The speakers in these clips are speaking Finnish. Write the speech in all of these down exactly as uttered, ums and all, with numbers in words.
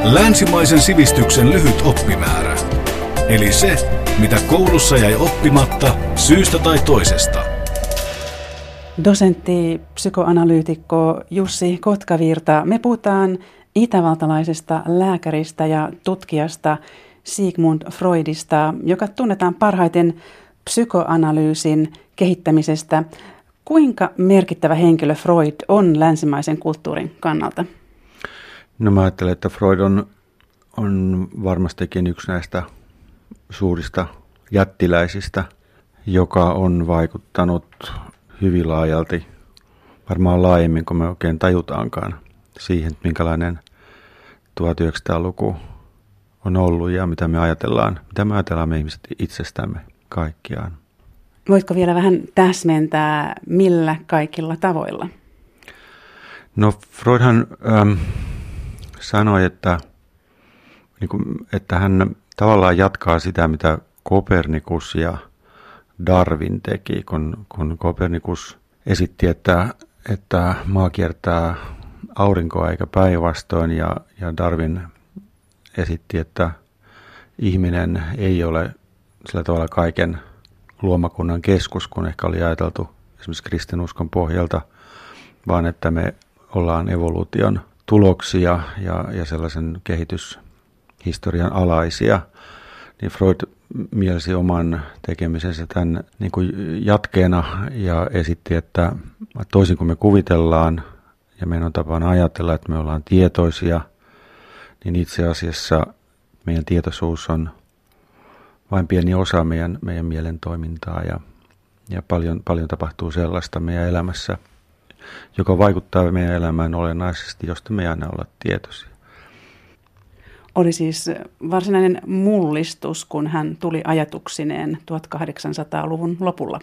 Länsimaisen sivistyksen lyhyt oppimäärä. Eli se, mitä koulussa jäi oppimatta syystä tai toisesta. Dosentti, psykoanalyytikko Jussi Kotkavirta. Me puhutaan itävaltalaisesta lääkäristä ja tutkijasta Sigmund Freudista, joka tunnetaan parhaiten psykoanalyysin kehittämisestä. Kuinka merkittävä henkilö Freud on länsimaisen kulttuurin kannalta? No mä ajattelen, että Freud on, on varmastikin yksi näistä suurista jättiläisistä, joka on vaikuttanut hyvin laajalti, varmaan laajemmin kuin me oikein tajutaankaan, siihen, minkälainen tuhatyhdeksänsataaluku on ollut ja mitä me ajatellaan, mitä me ajatellaan me ihmiset itsestämme kaikkiaan. Voitko vielä vähän täsmentää, millä kaikilla tavoilla? No Freudhan ähm, sanoi, että, niin kuin, että hän tavallaan jatkaa sitä, mitä Kopernikus ja Darwin teki, kun, kun Kopernikus esitti, että, että maa kiertää aurinkoa eikä päinvastoin, ja, ja Darwin esitti, että ihminen ei ole sillä tavalla kaiken luomakunnan keskus, kun ehkä oli ajateltu esimerkiksi kristinuskon pohjalta, vaan että me ollaan evoluution tuloksia ja, ja sellaisen kehityshistorian alaisia, niin Freud mielsi oman tekemisensä tämän niin kuin jatkeena ja esitti, että toisin kuin me kuvitellaan ja meidän on tapana ajatella, että me ollaan tietoisia, niin itse asiassa meidän tietoisuus on vain pieni osa meidän, meidän mielen toimintaa ja, ja paljon, paljon tapahtuu sellaista meidän elämässä, joka vaikuttaa meidän elämään olennaisesti, josta me ei aina olla tietoisia. Oli siis varsinainen mullistus, kun hän tuli ajatuksineen tuhatkahdeksansataaluvun lopulla.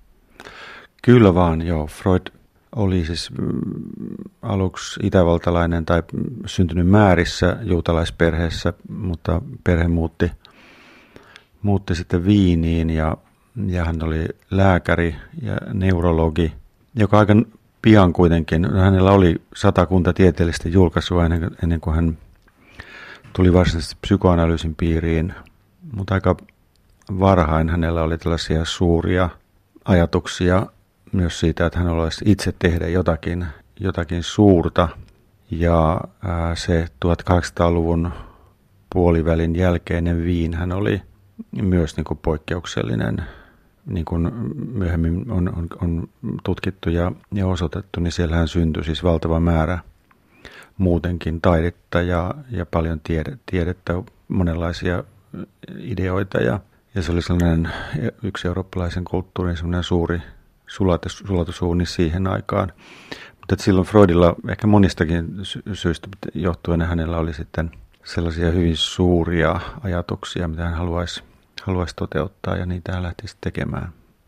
Kyllä vaan, joo. Freud oli siis aluksi itävaltalainen tai syntynyt Määrissä juutalaisperheessä, mutta perhe muutti, muutti sitten Viiniin ja, ja hän oli lääkäri ja neurologi, joka aika pian kuitenkin, hänellä oli satakunta tieteellistä julkaisua ennen, ennen kuin hän tuli varsinaisesti psykoanalyysin piiriin, mutta aika varhain hänellä oli tällaisia suuria ajatuksia myös siitä, että hän olisi itse tehdä jotakin, jotakin suurta. Ja ää, se tuhatkahdeksansataaluvun puolivälin jälkeinen Viin hän oli myös niin kuin poikkeuksellinen, niin kuin myöhemmin on, on, on tutkittu ja, ja osoitettu, niin siellähän syntyi siis valtava määrä muutenkin taidetta ja, ja paljon tiede, tiedettä, monenlaisia ideoita ja, ja se oli sellainen yksi eurooppalaisen kulttuurin sellainen suuri sulatus, sulatusuuni siihen aikaan. Mutta silloin Freudilla ehkä monistakin sy- syistä johtuen hänellä oli sitten sellaisia hyvin suuria ajatuksia, mitä hän haluaisi, haluaisi toteuttaa ja niitä hän lähti sitten tekemään.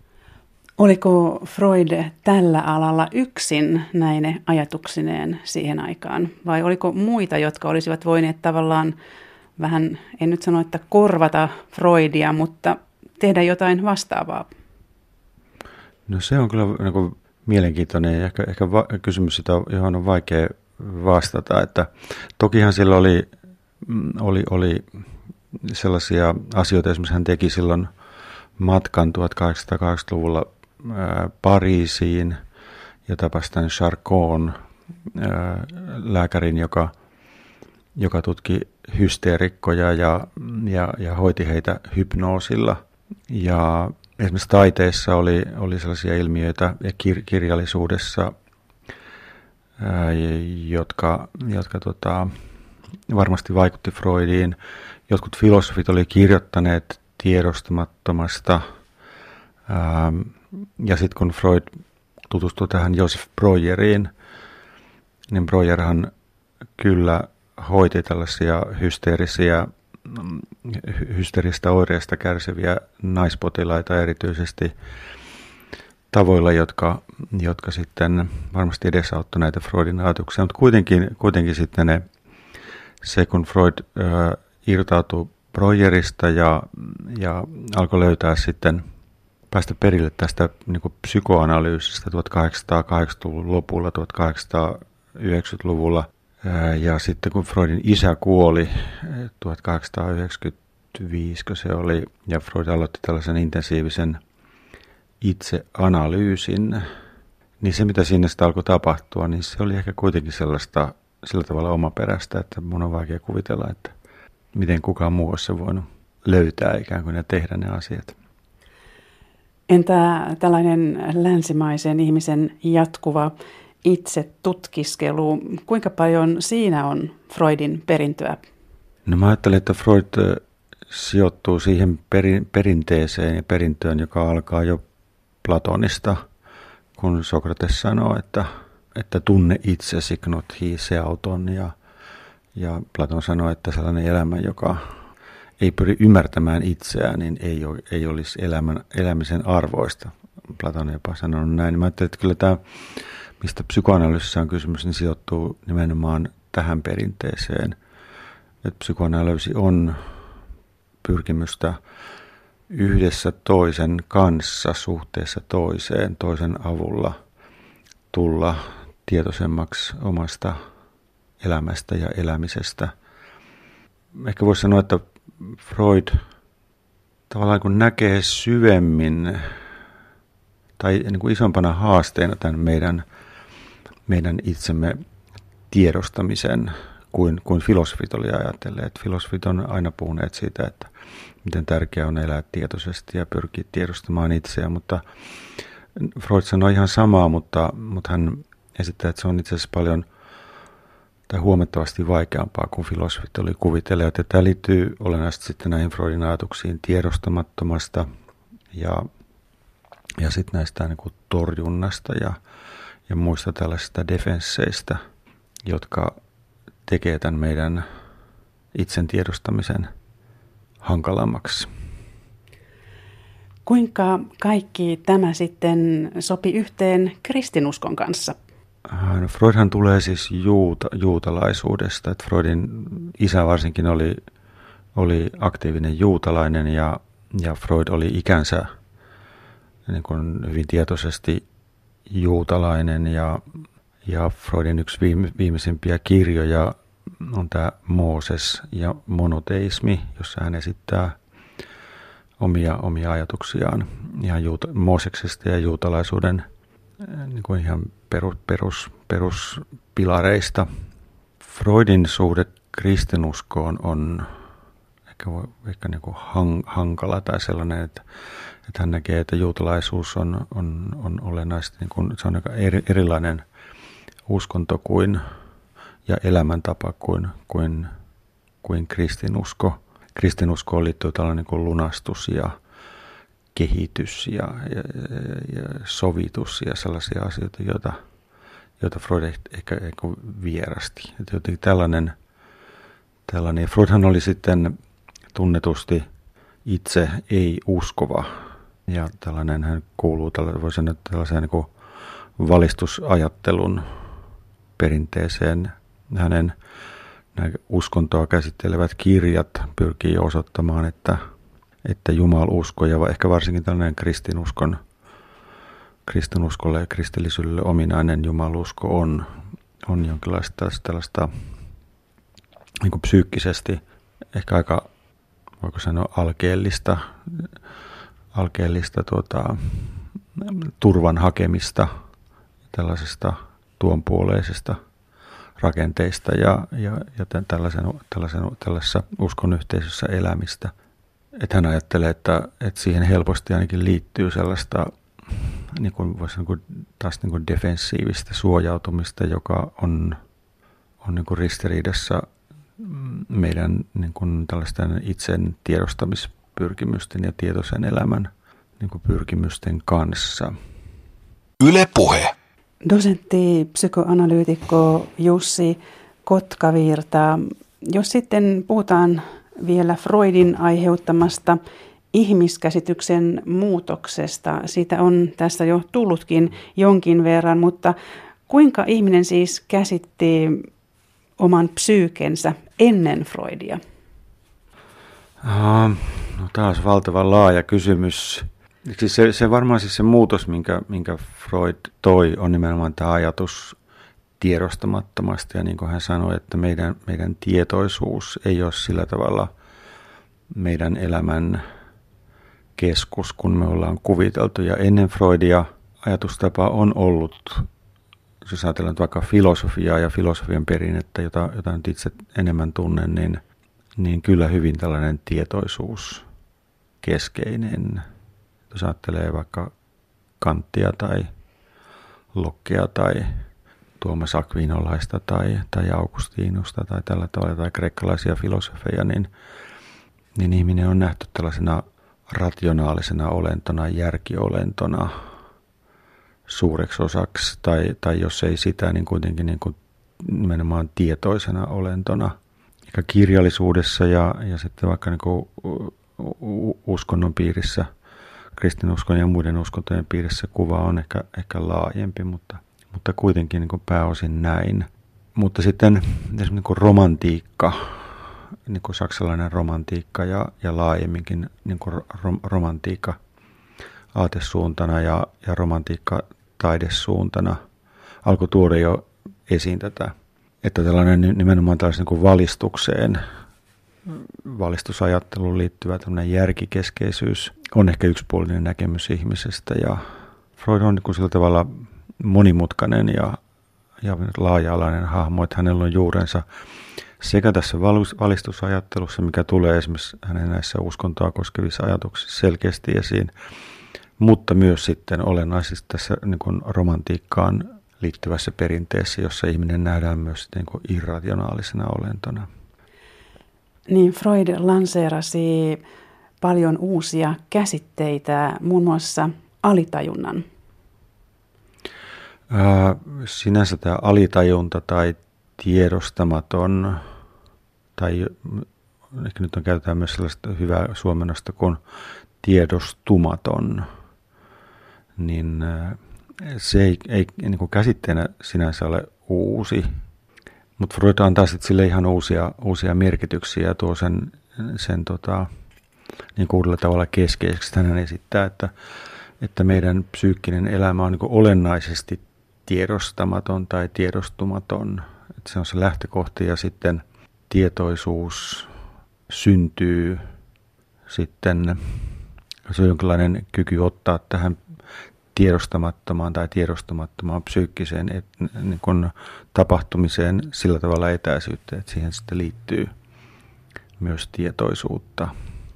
Oliko Freud tällä alalla yksin näine ajatuksineen siihen aikaan? Vai oliko muita, jotka olisivat voineet tavallaan vähän, en nyt sano, että korvata Freudia, mutta tehdä jotain vastaavaa? No se on kyllä niin kuin mielenkiintoinen ja ehkä, ehkä va- kysymys, sitä, johon on vaikea vastata. Että tokihan sillä oli, oli, oli sellaisia asioita, esimerkiksi hän teki silloin matkan tuhatkahdeksansataakahdeksankymmentäluvulla ää, Pariisiin ja tapasi tämän Charcon ää, lääkärin, joka, joka tutki hysteerikkoja ja, ja, ja hoiti heitä hypnoosilla. Ja esimerkiksi taiteessa oli, oli sellaisia ilmiöitä ja kir- kirjallisuudessa, ää, jotka, jotka tota, varmasti vaikutti Freudiin. Jotkut filosofit oli kirjoittaneet tiedostamattomasta. Ää, ja sitten kun Freud tutustui tähän Joseph Breueriin, niin Breuerhan kyllä hoiti tällaisia hysteerisiä, hysteeristä oireista kärsiviä naispotilaita erityisesti tavoilla, jotka, jotka sitten varmasti edesauttoi näitä Freudin ajatuksia. Mutta kuitenkin, kuitenkin sitten ne, se kun Freud ää, irtautui Breuerista ja, ja alkoi löytää sitten, päästä perille tästä niin kuin psykoanalyysistä tuhatkahdeksansataakahdeksankymmentäluvun lopulla, tuhatkahdeksansataayhdeksänkymmentäluvulla, Ja sitten kun Freudin isä kuoli tuhatkahdeksansataayhdeksänkymmentäviisi, kun se oli, ja Freud aloitti tällaisen intensiivisen itseanalyysin, niin se mitä sinne sitten alkoi tapahtua, niin se oli ehkä kuitenkin sellaista sillä tavalla omaperäistä, että mun on vaikea kuvitella, että miten kukaan muu olisi voinut löytää ikään kuin ja tehdä ne asiat. Entä tällainen länsimaisen ihmisen jatkuva itse tutkiskelu, kuinka paljon siinä on Freudin perintöä? No mä ajattelen, että Freud sijoittuu siihen perin, perinteeseen ja perintöön, joka alkaa jo Platonista, kun Sokrates sanoo, että, että tunne itsesi, knot hi se auton, ja, ja Platon sanoo, että sellainen elämä, joka ei pyri ymmärtämään itseään, niin ei, ole, ei olisi elämän, elämisen arvoista. Platon jopa sanonut näin. Niin mä ajattelin, että kyllä tämä, mistä psykoanalyysissä on kysymys, niin sijoittuu nimenomaan tähän perinteeseen. Että psykoanalyysi on pyrkimystä yhdessä toisen kanssa, suhteessa toiseen, toisen avulla tulla tietoisemmaksi omasta elämästä ja elämisestä. Ehkä voisi sanoa, että Freud tavallaan kun näkee syvemmin tai niin kuin isompana haasteena tämän meidän, meidän itsemme tiedostamisen kuin, kuin filosofit oli ajatelleet. Filosofit on aina puhuneet siitä, että miten tärkeää on elää tietoisesti ja pyrkiä tiedostamaan itseään, mutta Freud sanoi ihan samaa, mutta, mutta hän esittää, että se on itse asiassa paljon tai huomattavasti vaikeampaa kuin filosofit oli kuvitelleet. Ja tämä liittyy olennaisesti sitten näihin Freudin ajatuksiin tiedostamattomasta ja, ja sitten näistä niin kuin torjunnasta ja, ja muista tällaisista defensseistä, jotka tekee tämän meidän itsen tiedostamisen hankalammaksi. Kuinka kaikki tämä sitten sopi yhteen kristinuskon kanssa? No Freudhan tulee siis juuta, juutalaisuudesta. Että Freudin isä varsinkin oli, oli aktiivinen juutalainen ja, ja Freud oli ikänsä niin kuin hyvin tietoisesti juutalainen. Ja, ja Freudin yksi viime, viimeisimpiä kirjoja on tämä Mooses ja monoteismi, jossa hän esittää omia, omia ajatuksiaan ihan juuta, Mooseksesta ja juutalaisuuden niin kuin ihan perus, perus, peruspilareista. Freudin suhde kristinuskoon on ehkä, ehkä niin kuin hang, hankala tai sellainen, että, että hän näkee, että juutalaisuus on, on, on olennaisesti, niin kuin, se on eri, erilainen uskonto kuin, ja elämäntapa kuin, kuin, kuin kristinusko. Kristinuskoon liittyy tällainen niin kuin lunastus ja kehitys ja, ja, ja sovitus ja sellaisia asioita, joita, joita Freud ehkä, ehkä vierasti. Että jotenkin tällainen, tällainen. Freudhan oli sitten tunnetusti itse ei-uskova. Ja tällainen hän kuuluu voi sanoa, tällaiseen niin kuin valistusajattelun perinteeseen. Hänen uskontoa käsittelevät kirjat pyrkii osoittamaan, että että jumalusko ja ehkä varsinkin tällainen kristinuskon, kristinuskolle ja kristillisyydelle ominainen jumalusko on, on jonkinlaista tällaista niin kuin psyykkisesti ehkä aika, voiko sanoa, alkeellista, alkeellista tuota, turvan hakemista tällaisesta tuonpuoleisesta rakenteista ja, ja, ja tällaisen, tällaisen, tällaisessa uskonyhteisössä elämistä. Että hän ajattelee, että, että siihen helposti ainakin liittyy sellaista niin kuin voisi niin kuin, taas niin kuin defensiivistä suojautumista, joka on, on niin kuin ristiriidassa meidän niin kuin tällaisten itsen tiedostamispyrkimysten ja tietoisen elämän niin kuin pyrkimysten kanssa. Yle Puhe. Dosentti, psykoanalyytikko Jussi Kotkavirta. Jos sitten puhutaan vielä Freudin aiheuttamasta ihmiskäsityksen muutoksesta. Siitä on tässä jo tullutkin jonkin verran, mutta kuinka ihminen siis käsitti oman psyykensä ennen Freudia? Uh, no taas valtavan laaja kysymys. Siis se, se varmaan siis se muutos, minkä, minkä Freud toi, on nimenomaan tämä ajatus tiedostamattomasta. Ja niin kuin hän sanoi, että meidän, meidän tietoisuus ei ole sillä tavalla meidän elämän keskus, kun me ollaan kuviteltu. Ja ennen Freudia ajatustapa on ollut, jos ajatellaan vaikka filosofiaa ja filosofian perinnettä, jota, jota nyt itse enemmän tunnen, niin, niin kyllä hyvin tällainen tietoisuuskeskeinen. Jos ajattelee vaikka Kanttia tai Lockea tai Tuomas Akvinolaista tai, tai Augustinusta tai tällä tavalla tai kreikkalaisia filosofeja, niin, niin ihminen on nähty tällaisena rationaalisena olentona, järkiolentona suureksi osaksi, tai, tai jos ei sitä, niin kuitenkin niin kuin nimenomaan tietoisena olentona. Eikä kirjallisuudessa ja, ja sitten vaikka niin kuin uskonnon piirissä, kristinuskon ja muiden uskontojen piirissä kuva on ehkä, ehkä laajempi, mutta, mutta kuitenkin niin kuin pääosin näin. Mutta sitten esimerkiksi niin kuin romantiikka, niin kuin saksalainen romantiikka ja, ja laajemminkin niin kuin rom, romantiikka aatesuuntana ja, ja romantiikka taidesuuntana alkoi tuoda jo esiin tätä, että tällainen nimenomaan tällaisen niin kuin valistukseen, valistusajatteluun liittyvä tämmöinen järkikeskeisyys on ehkä yksipuolinen näkemys ihmisestä, ja Freud on niin kuin sillä tavalla monimutkainen ja, ja laaja-alainen hahmo, että hänellä on juurensa sekä tässä valistusajattelussa, mikä tulee esimerkiksi hänen näissä uskontoa koskevissa ajatuksissa selkeästi esiin, mutta myös sitten olennaisesti tässä niin kuin romantiikkaan liittyvässä perinteessä, jossa ihminen nähdään myös niin kuin irrationaalisena olentona. Niin, Freud lanseerasi paljon uusia käsitteitä, muun muassa alitajunnan. Ää, sinänsä tämä alitajunta tai tiedostamaton, tai ehkä nyt on käytetään myös sellaista hyvää suomennosta kuin tiedostumaton, niin se ei, ei niin kuin käsitteenä sinänsä ole uusi, mutta Freud antaa sitten sille ihan uusia, uusia merkityksiä ja tuo sen, sen tota, niin kuin uudella tavalla keskeiseksi. Hän esittää, että, että meidän psyykkinen elämä on niin kuin olennaisesti tiedostamaton tai tiedostumaton. Että se on se lähtökohta ja sitten tietoisuus syntyy sitten, se on jonkinlainen kyky ottaa tähän tiedostamattomaan tai tiedostamattomaan psyykkiseen et, niin kuin tapahtumiseen sillä tavalla etäisyyttä, että siihen sitten liittyy myös tietoisuutta.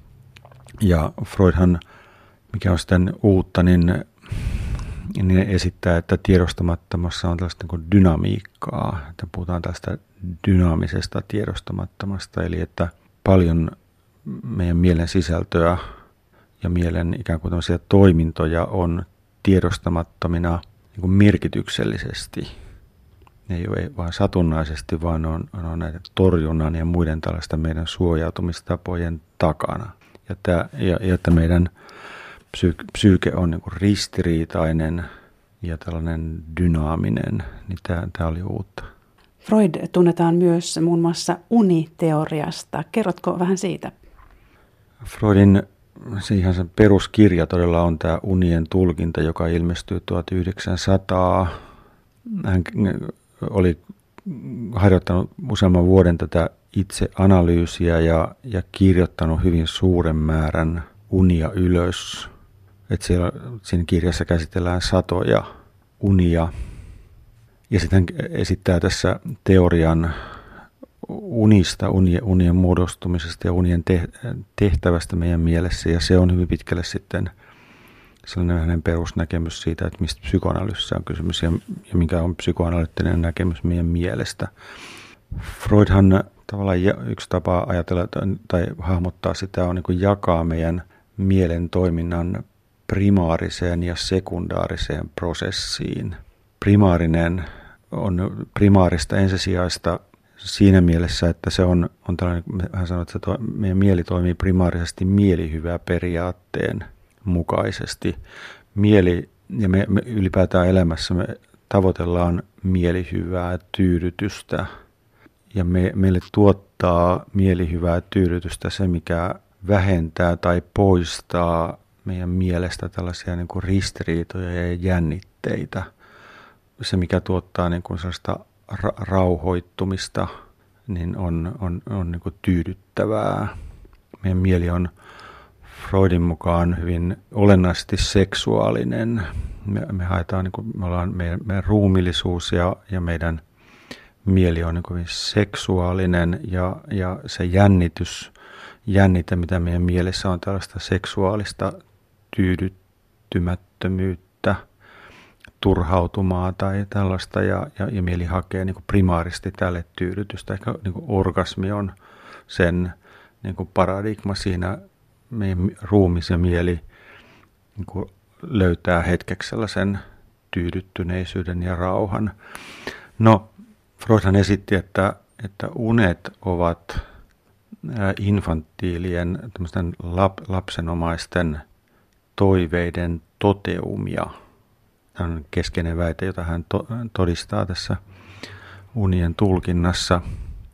Ja Freudhan, mikä on sitten uutta, niin, niin esittää, että tiedostamattomassa on tällaista niin kuin dynamiikkaa, että puhutaan tästä dynaamisesta tiedostamattomasta, eli että paljon meidän mielen sisältöä ja mielen ikään kuin tämmöisiä toimintoja on tiedostamattomina niin kuin merkityksellisesti. Ne ei ole vain satunnaisesti, vaan on, on näitä torjunnan ja muiden tällaista meidän suojautumistapojen takana. Ja, tämä, ja, ja että meidän psyyke, psyyke on niin kuin ristiriitainen ja tällainen dynaaminen, niin tämä, tämä oli uutta. Freud tunnetaan myös muun muassa uniteoriasta. Kerrotko vähän siitä? Freudin se ihan sen peruskirja todella on tämä unien tulkinta, joka ilmestyy tuhatyhdeksänsataa. Hän oli harjoittanut useamman vuoden tätä itseanalyysiä ja, ja kirjoittanut hyvin suuren määrän unia ylös. Että siellä, siinä kirjassa käsitellään satoja unia. Ja sitten hän esittää tässä teorian unista, unien, unien muodostumisesta ja unien tehtävästä meidän mielessä. Ja se on hyvin pitkälle sitten sellainen hänen perusnäkemys siitä, että mistä psykoanalyysissä on kysymys ja, ja mikä on psykoanalyyttinen näkemys meidän mielestä. Freudhan tavallaan yksi tapa ajatella tai hahmottaa sitä on niin kuin jakaa meidän mielen toiminnan primaariseen ja sekundaariseen prosessiin. Primaarinen on primaarista ensisijaista siinä mielessä, että se on, on tällainen, hän sanoi, että se to, meidän mieli toimii primaarisesti mielihyvää periaatteen mukaisesti. Mieli ja me, me ylipäätään elämässä me tavoitellaan mielihyvää tyydytystä ja me, meille tuottaa mielihyvää tyydytystä se, mikä vähentää tai poistaa meidän mielestä tällaisia niin kuin ristiriitoja ja jännitteitä. Se, mikä tuottaa niin kuin sellaista ra- rauhoittumista, niin on, on, on niin kuin tyydyttävää. Meidän mieli on Freudin mukaan hyvin olennaisesti seksuaalinen. Me, me haetaan, niin kuin, me ollaan meidän, meidän ruumillisuus ja, ja meidän mieli on niin kuin seksuaalinen ja, ja se jännitys, jännite, mitä meidän mielessä on tällaista seksuaalista tyydyttymättömyyttä, turhautumaa tai tällaista ja, ja, ja mieli hakee niin kuin primaaristi tälle tyydytystä. Ehkä niin kuin orgasmi on sen niin kuin paradigma siinä, meidän ruumis ja mieli niin kuin löytää hetkeksi sellaisen tyydyttyneisyyden ja rauhan. No, Freudhan esitti, että, että unet ovat infantiilien, lap, lapsenomaisten toiveiden toteumia. Tämä on keskeinen väite, jota hän to, todistaa tässä unien tulkinnassa.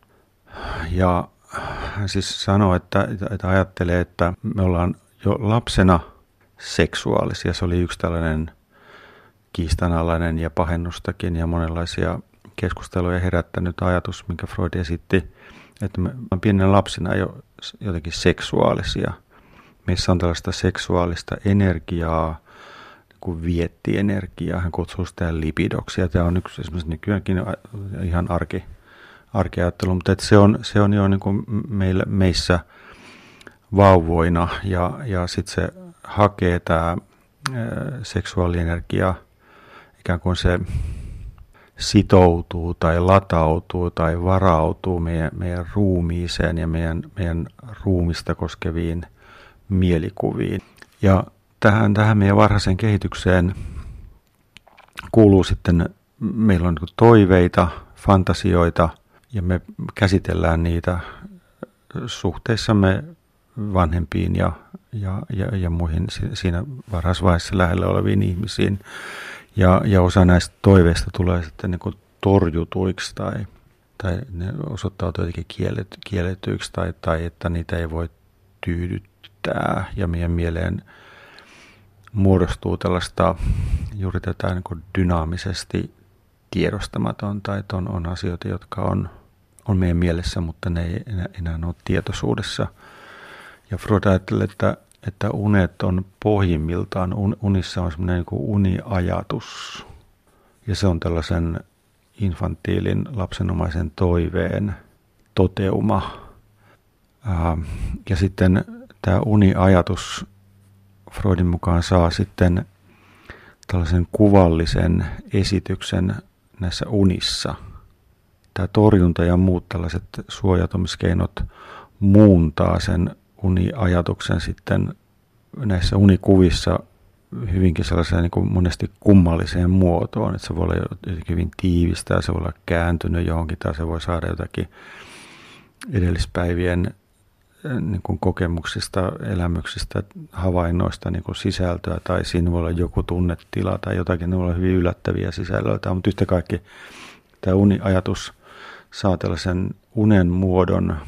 Ja hän siis sanoo, että, että ajattelee, että me ollaan jo lapsena seksuaalisia. Se oli yksi tällainen kiistanalainen ja pahennustakin ja monenlaisia keskusteluja herättänyt ajatus, minkä Freud esitti, että me pienen lapsina jo jotenkin seksuaalisia. Meissä on tällaista seksuaalista energiaa, kuin viettienergiaa. Hän kutsuu sitä lipidoksi. Ja tämä on yksi esimerkiksi nykyäänkin ihan arki, arkiajattelu, mutta että se, on, se on jo niin kuin meillä, meissä vauvoina ja, ja sitten se hakee tämä seksuaalienergia, ikään kuin se sitoutuu tai latautuu tai varautuu meidän, meidän ruumiiseen ja meidän, meidän ruumista koskeviin mielikuviin. Ja tähän, tähän meidän varhaiseen kehitykseen kuuluu sitten, meillä on niin kuin toiveita, fantasioita ja me käsitellään niitä suhteissamme vanhempiin ja, ja, ja, ja muihin siinä varhaisvaiheessa lähellä oleviin ihmisiin. Ja, ja osa näistä toiveista tulee sitten niin kuin torjutuiksi tai, tai ne osoittautuu jotenkin kiellet, kielletyiksi tai, tai että niitä ei voi tyydyttää. Ja meidän mieleen muodostuu tällaista juuri tätä niin kuin dynaamisesti tiedostamatonta, että on, on asioita, jotka on, on meidän mielessä, mutta ne ei enää, enää ole tietoisuudessa. Ja Freud ajattelee, että että unet on pohjimmiltaan, unissa on semmoinen niin kuin uniajatus. Ja se on tällaisen infantiilin lapsenomaisen toiveen toteuma. Ja sitten tämä uniajatus Freudin mukaan saa sitten tällaisen kuvallisen esityksen näissä unissa. Tämä torjunta ja muut tällaiset suojautumiskeinot muuntaa sen uniajatuksen sitten näissä unikuvissa hyvinkin sellaiseen niin kuin monesti kummalliseen muotoon, että se voi olla jotenkin hyvin tiivistä ja se voi olla kääntynyt johonkin tai se voi saada jotakin edellispäivien niin kuin kokemuksista, elämyksistä, havainnoista niin kuin sisältöä tai siinä voi olla joku tunnetila tai jotakin, ne voi olla hyvin yllättäviä sisällöitä, mutta yhtä kaikki tämä uniajatus saa tällaisen unen muodon.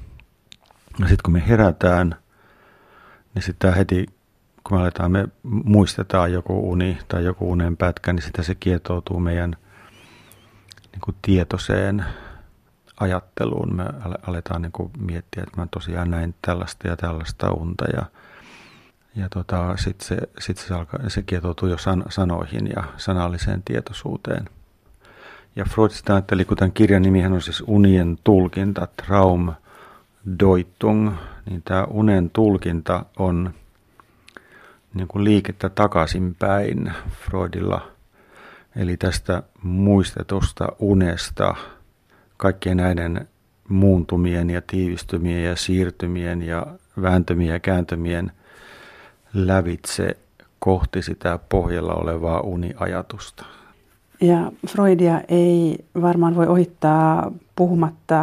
Ja sitten kun me herätään, niin sitten heti, kun me aletaan, me muistetaan joku uni tai joku unen pätkä, niin sitä se kietoutuu meidän niin kuin tietoiseen ajatteluun. Me aletaan niin kuin miettiä, että mä tosiaan näin tällaista ja tällaista unta. Ja, ja tota, sitten se, sit se, alkaa, se kietoutuu jo san, sanoihin ja sanalliseen tietoisuuteen. Ja Freud sitä ajatteli, kun tämän kirjan nimihän on siis unien tulkinta, Traum Deutung, niin tämä unen tulkinta on niin kuin liikettä takaisinpäin Freudilla. Eli tästä muistetusta unesta kaikkien näiden muuntumien ja tiivistymien ja siirtymien ja vääntömien ja kääntömien lävitse kohti sitä pohjalla olevaa uniajatusta. Ja Freudia ei varmaan voi ohittaa puhumatta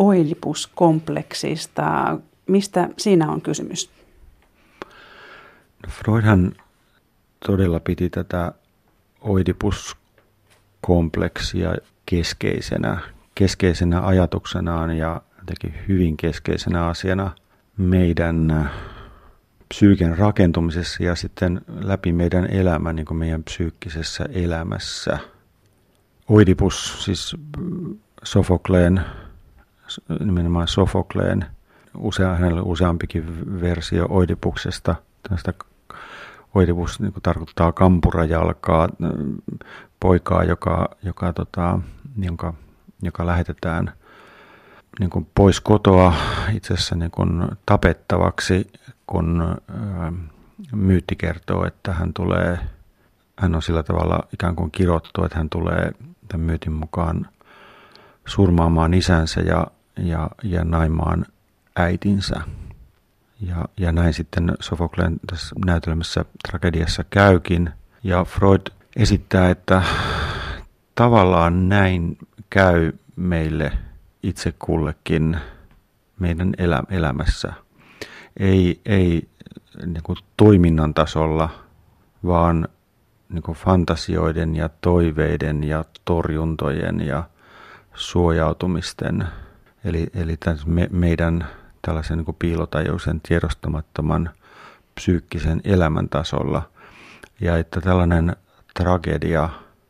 Oidipuskompleksista. Mistä siinä on kysymys? Freudhan todella piti tätä Oidipuskompleksia keskeisenä, keskeisenä ajatuksenaan ja jotenkin hyvin keskeisenä asiana meidän psyyken rakentumisessa ja sitten läpi meidän elämän, niin kuin meidän psyykkisessä elämässä. Oidipus, siis Sofokleen, nimenomaan Sofokleen, usea, hänellä useampikin versio Oidipuksesta. Tästä Oidipus niin kuin tarkoittaa kampurajalkaa, poikaa, joka, joka, tota, jonka, joka lähetetään niin kuin pois kotoa itse asiassa niin kuin tapettavaksi, kun ää, myytti kertoo, että hän tulee, hän on sillä tavalla ikään kuin kirottu, että hän tulee tämän myytin mukaan surmaamaan isänsä ja, ja, ja naimaan äitinsä. Ja, ja näin sitten Sofokleen tässä näytelmässä tragediassa käykin. Ja Freud esittää, että tavallaan näin käy meille itse kullekin meidän elä, elämässä. Ei, ei niin kuin toiminnan tasolla, vaan niin kuin fantasioiden ja toiveiden ja torjuntojen ja suojautumisten. Eli, eli me, meidän tällaisen niin kuin piilotajuisen tiedostamattoman psyykkisen elämän tasolla. Ja että tällainen tragedia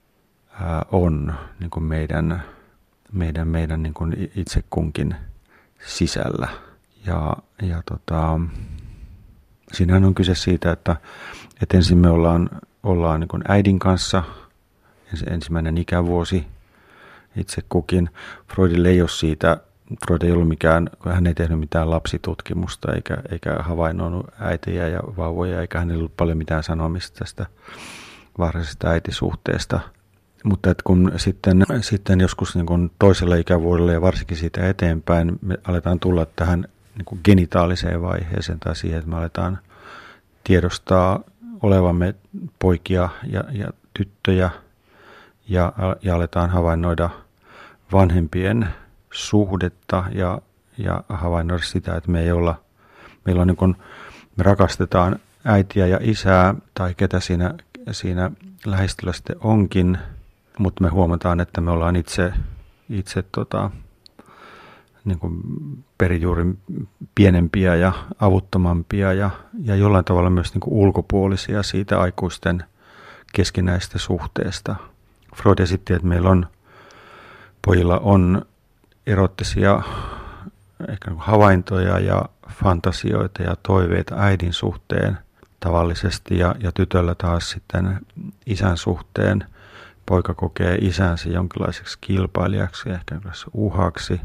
ää, on niin kuin meidän, meidän, meidän niin kuin itse kunkin sisällä. Ja, ja tota, siinähän on kyse siitä, että, että ensin me ollaan, ollaan niin kuin äidin kanssa, ensimmäinen ikävuosi itse kukin. Freudille ei ole siitä, Freud ei ollut mikään, hän ei tehnyt mitään lapsitutkimusta eikä, eikä havainnoinut äitiä ja vauvoja, eikä hänellä ollut paljon mitään sanomista tästä varhaisesta äitisuhteesta. Mutta että kun sitten, sitten joskus niin kun toisella ikävuodella ja varsinkin siitä eteenpäin me aletaan tulla tähän niin kun genitaaliseen vaiheeseen tai siihen, että me aletaan tiedostaa olevamme poikia ja, ja tyttöjä ja, ja aletaan havainnoida vanhempien suhdetta ja, ja havainnoida sitä, että me ei olla, meillä on niin kuin, me rakastetaan äitiä ja isää tai ketä siinä, siinä lähistöllä sitten onkin, mutta me huomataan, että me ollaan itse, itse tota, niin kuin perijuurin pienempiä ja avuttomampia ja, ja jollain tavalla myös niin kuin ulkopuolisia siitä aikuisten keskinäistä suhteesta. Freud esitti, että meillä on, pojilla on erottisia ehkä havaintoja ja fantasioita ja toiveita äidin suhteen tavallisesti ja, ja tytöllä taas sitten isän suhteen. Poika kokee isänsä jonkinlaiseksi kilpailijaksi ja ehkä uhaksi.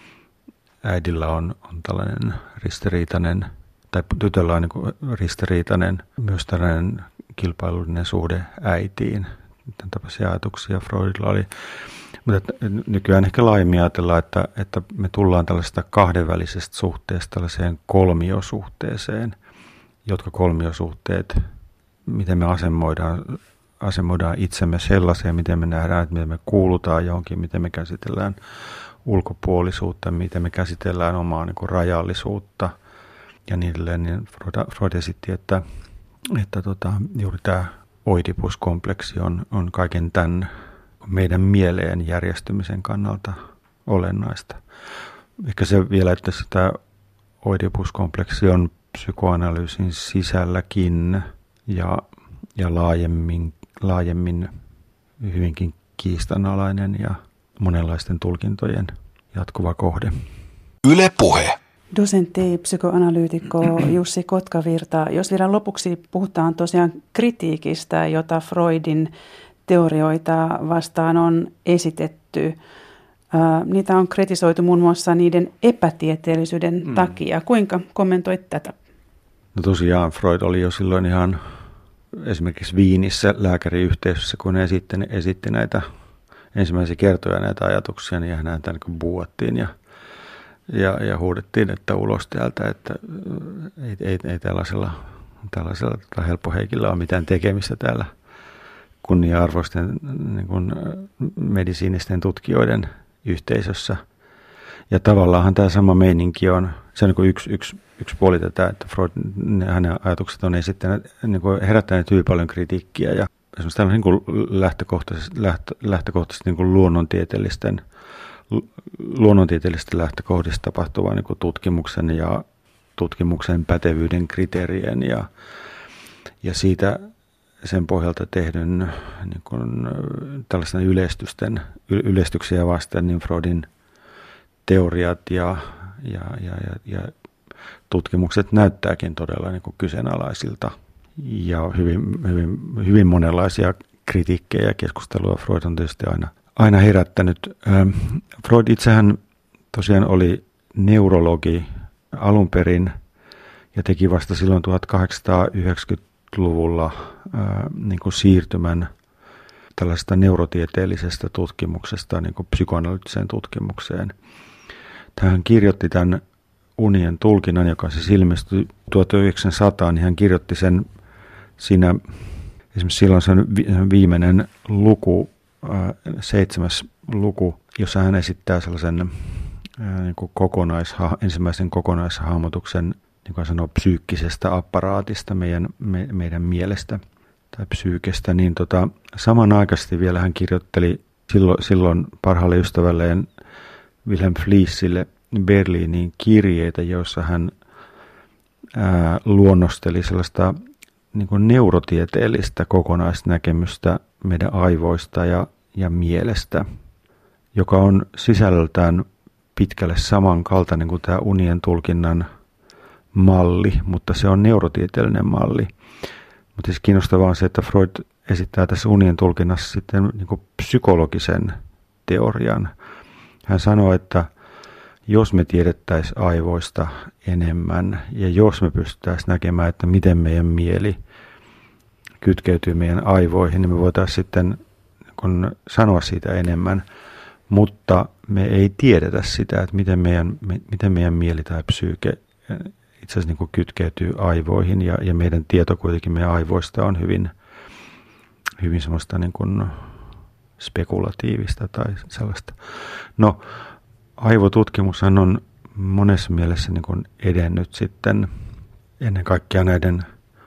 Äidillä on, on tällainen ristiriitainen, tai tytöllä on niin ristiriitainen, myös tällainen kilpailullinen suhde äitiin. Tämän tapaisia ajatuksia Freudilla oli. Mutta nykyään ehkä laajemmin ajatellaan, että, että me tullaan tällaisesta kahdenvälisestä suhteesta tällaiseen kolmiosuhteeseen, jotka kolmiosuhteet, miten me asemoidaan, asemoidaan itsemme sellaiseen, miten me nähdään, että miten me kuulutaan johonkin, miten me käsitellään ulkopuolisuutta, miten me käsitellään omaa niin kuin rajallisuutta ja niin edelleen. Niin Freud, Freud esitti, että, että tota, juuri tämä oidipuskompleksi on, on kaiken tämän meidän mieleen järjestymisen kannalta olennaista. Ehkä se vielä, että sitä oidipuskompleksi on psykoanalyysin sisälläkin ja, ja laajemmin, laajemmin hyvinkin kiistanalainen ja monenlaisten tulkintojen jatkuva kohde. Yle Puhe. Dosentti, psykoanalyytikko Jussi Kotkavirta. Jos vielä lopuksi puhutaan tosiaan kritiikistä, jota Freudin teorioita vastaan on esitetty. Niitä on kritisoitu muun muassa niiden epätieteellisyyden mm. takia. Kuinka kommentoit tätä? No tosiaan Freud oli jo silloin ihan esimerkiksi Viinissä lääkäriyhteisössä, kun he esitti, esitti näitä ensimmäisiä kertoja näitä ajatuksia, niin häntä niin buuattiin ja, ja, ja huudettiin, että ulos täältä, että ei, ei, ei tällaisella, tällaisella tota helppoheikillä ole mitään tekemistä täällä kunnia-arvoisten niin kuin medisiinisten tutkijoiden yhteisössä. Ja tavallaan tämä sama meininki on, se on niin kuin yksi, yksi, yksi puoli tätä, että Freud, hänen ajatukset on esittäneet, niin kuin herättäneet hyvin paljon kritiikkiä ja esimerkiksi tällainen niin kuin lähtökohtaisesti, lähtö, lähtökohtaisesti niin kuin luonnontieteellisten, luonnontieteellisten lähtökohdista tapahtuvan niin kuin tutkimuksen ja tutkimuksen pätevyyden kriteerien ja, ja siitä sen pohjalta tehdyn niin kuin, tällaisten yleistysten, yleistyksiä vasten niin Freudin teoriat ja, ja, ja, ja, ja tutkimukset näyttääkin todella niin kuin kyseenalaisilta ja hyvin, hyvin, hyvin monenlaisia kritiikkejä ja keskustelua Freud on tietysti aina, aina herättänyt. Freud itsehän tosiaan oli neurologi alun perin ja teki vasta silloin tuhatkahdeksansataayhdeksänkymmentäluvulla ää, niin kuin siirtymän tällaisesta neurotieteellisestä tutkimuksesta niin kuin psykoanalyyttiseen tutkimukseen. Hän kirjoitti tämän unien tulkinnan, joka siis ilmestyi tuhatyhdeksänsataa, niin hän kirjoitti sen siinä, esimerkiksi silloin sen viimeinen luku, ää, seitsemäs luku, jossa hän esittää sellaisen ää, niin kuin kokonaisha, ensimmäisen kokonaishahmotuksen, niin kuin sanoo, psyykkisestä apparaatista meidän, me, meidän mielestä tai psyykestä, niin tota, samanaikaisesti vielä hän kirjoitteli silloin, silloin parhaalle ystävälleen Wilhelm Fließille Berliiniin kirjeitä, joissa hän ää, luonnosteli sellaista niin kuin neurotieteellistä kokonaisnäkemystä meidän aivoista ja, ja mielestä, joka on sisällöltään pitkälle samankaltainen kuin tämä unien tulkinnan malli, mutta se on neurotieteellinen malli. Mutta siis kiinnostavaa on se, että Freud esittää tässä unien tulkinnassa sitten niin kuin psykologisen teorian. Hän sanoo, että jos me tiedettäisiin aivoista enemmän ja jos me pystyttäisiin näkemään, että miten meidän mieli kytkeytyy meidän aivoihin, niin me voitaisiin sitten kun sanoa siitä enemmän, mutta me ei tiedetä sitä, että miten meidän, miten meidän mieli tai psyyke itse asiassa niin kuin kytkeytyy aivoihin ja, ja meidän tieto kuitenkin meidän aivoista on hyvin, hyvin semmoista niin kuin spekulatiivista tai sellaista. No, aivotutkimushan on monessa mielessä niin kuin edennyt sitten ennen kaikkea näiden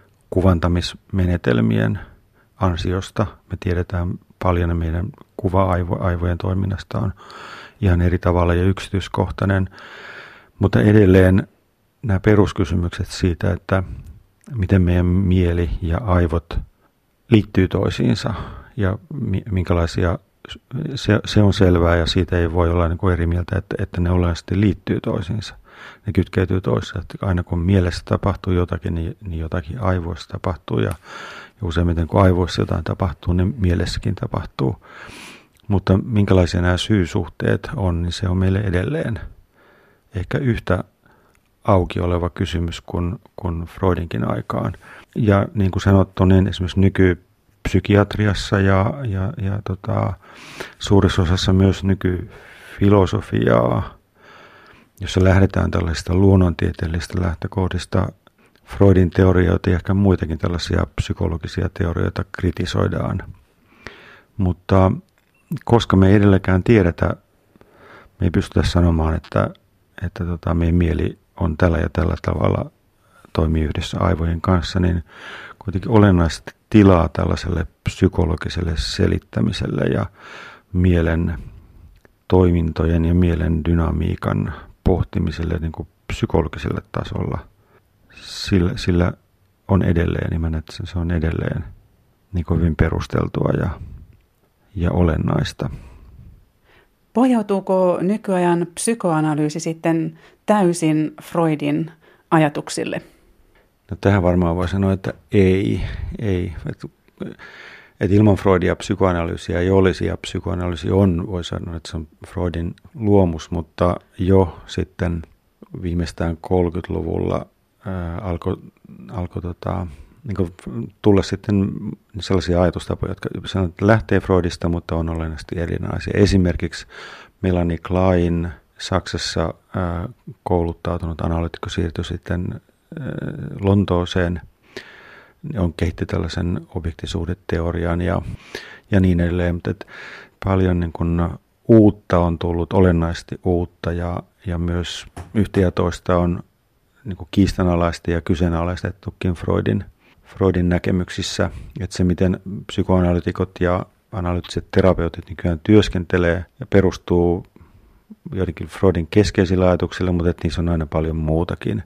kuvantamismenetelmien ansiosta. Me tiedetään paljon meidän kuva-aivojen toiminnasta on ihan eri tavalla ja yksityiskohtainen, mutta edelleen nämä peruskysymykset siitä, että miten meidän mieli ja aivot liittyy toisiinsa ja minkälaisia, se, se on selvää ja siitä ei voi olla niin kuin eri mieltä, että, että ne olennaisesti liittyy toisiinsa. Ne kytkeytyy toisiinsa, että aina kun mielessä tapahtuu jotakin, niin, niin jotakin aivoissa tapahtuu ja, ja useimmiten kun aivoissa jotain tapahtuu, niin mielessäkin tapahtuu. Mutta minkälaisia nämä syysuhteet on, niin se on meille edelleen ehkä yhtä auki oleva kysymys kuin, kuin Freudinkin aikaan. Ja niin kuin sanottu, niin esimerkiksi nykypsykiatriassa ja, ja, ja tota, suurissa osassa myös nykyfilosofiaa, jossa lähdetään tällaisista luonnontieteellisistä lähtökohdista, Freudin teorioita ja ehkä muitakin tällaisia psykologisia teorioita kritisoidaan. Mutta koska me ei edelläkään tiedetä, me ei pystytä sanomaan, että, että tota, meidän mieli on tällä ja tällä tavalla toimii yhdessä aivojen kanssa, niin kuitenkin olennaisesti tilaa tällaiselle psykologiselle selittämiselle ja mielen toimintojen ja mielen dynamiikan pohtimiselle niin kuin psykologiselle tasolla. Sillä, sillä on edelleen, niin mä näen, että se on edelleen niin kuin hyvin perusteltua ja, ja olennaista. Pohjautuuko nykyajan psykoanalyysi sitten täysin Freudin ajatuksille? No tähän varmaan voi sanoa, että ei. ei. Et, et ilman Freudia psykoanalyysiä ei olisi, ja psykoanalyysi on, voi sanoa, että se on Freudin luomus, mutta jo sitten viimeistään kolmekymmentäluvulla ää, alkoi alko, tota, niin tulla sitten sellaisia ajatustapoja, jotka sanoo, että lähtee Freudista, mutta on olennaisesti erinäisiä. Esimerkiksi Melanie Klein, Saksassa ää, kouluttautunut analyytikko, siirtyi sitten ää, Lontooseen, on kehitti tällaisen objektisuhdeteorian ja, ja niin edelleen, mutta et paljon niin kun uutta on tullut, olennaisesti uutta, ja, ja myös yhtä ja toista on niin kun kiistanalaista ja kyseenalaistettukin Freudin, Freudin näkemyksissä, että se miten psykoanalytikot ja analyyttiset terapeutit nykyään työskentelee ja perustuu joidenkin Freudin keskeisillä ajatuksilla, mutta että niissä on aina paljon muutakin.